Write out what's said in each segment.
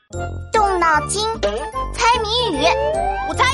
动脑筋，猜谜语。 我猜。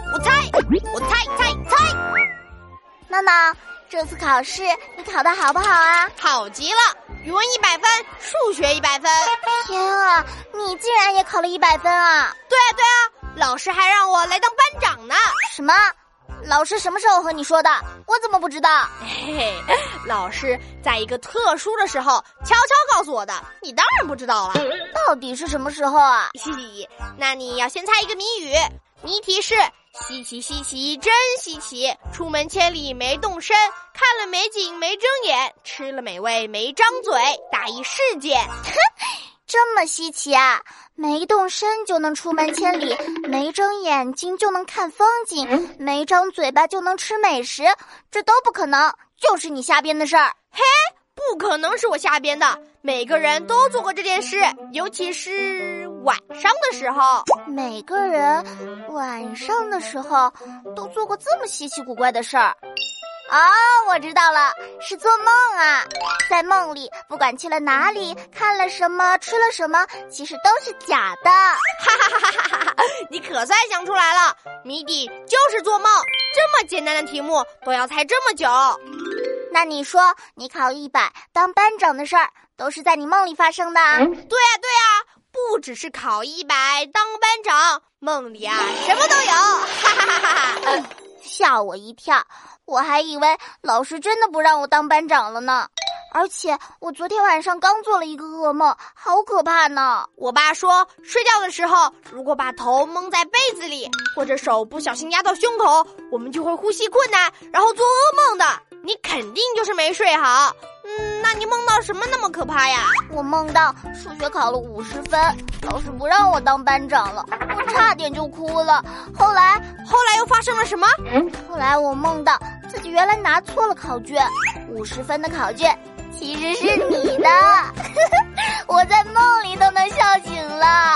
闹闹，这次考试你考得好不好啊？ 好极了，语文100分，数学100分。 天啊，你竟然也考了100分啊！ 对啊，老师还让我来当班长呢。 什么？老师什么时候和你说的？我怎么不知道？ 嘿嘿，老师在一个特殊的时候悄悄告诉我的，你当然不知道了。 到底是什么时候啊？ 嘿嘿，那你要先猜一个谜语，谜题是稀奇稀奇真稀奇，出门千里没动身，看了美景没睁眼，吃了美味没张嘴，大意事件。 这么稀奇啊！没动身就能出门千里，没睁眼睛就能看风景，没张嘴巴就能吃美食，这都不可能，就是你瞎编的事儿。 嘿，不可能是我瞎编的，每个人都做过这件事，尤其是晚上的时候。 每个人晚上的时候都做过这么稀奇古怪的事儿。哦，我知道了，是做梦啊！在梦里，不管去了哪里，看了什么，吃了什么，其实都是假的。 哈哈哈哈哈！你可算想出来了，谜底就是做梦。这么简单的题目都要猜这么久。 那你说，你考100当班长的事儿，都是在你梦里发生的？ 对啊，不只是考100当班长，梦里啊什么都有。哈哈哈哈！ 吓我一跳，我还以为老师真的不让我当班长了呢。而且我昨天晚上刚做了一个噩梦，好可怕呢。 我爸说，睡觉的时候如果把头蒙在被子里，或者手不小心压到胸口，我们就会呼吸困难，然后做噩梦的。你肯定就是没睡好。那你梦到什么那么可怕呀？ 我梦到数学考了50分，老师不让我当班长了，我差点就哭了。后来又发生了什么？ 后来我梦到自己原来拿错了考卷，50分的考卷其实是你的。我在梦里都能笑醒了。啊，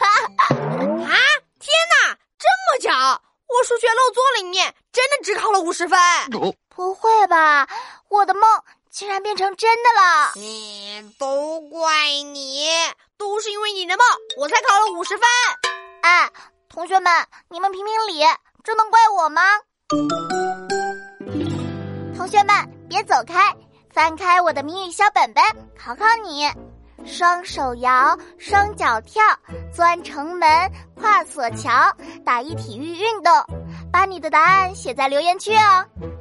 天哪，这么巧！我数学漏作了一面，真的只考了50分。 不会吧，我的梦竟然变成真的了。 都怪你，都是因为你的梦，我才考了50分。 哎，同学们，你们评评理，这能怪我吗？同学们别走开，翻开我的谜语小本本，考考你。双手摇，双脚跳，钻城门，跨索桥，打一体育运动。把你的答案写在留言区哦。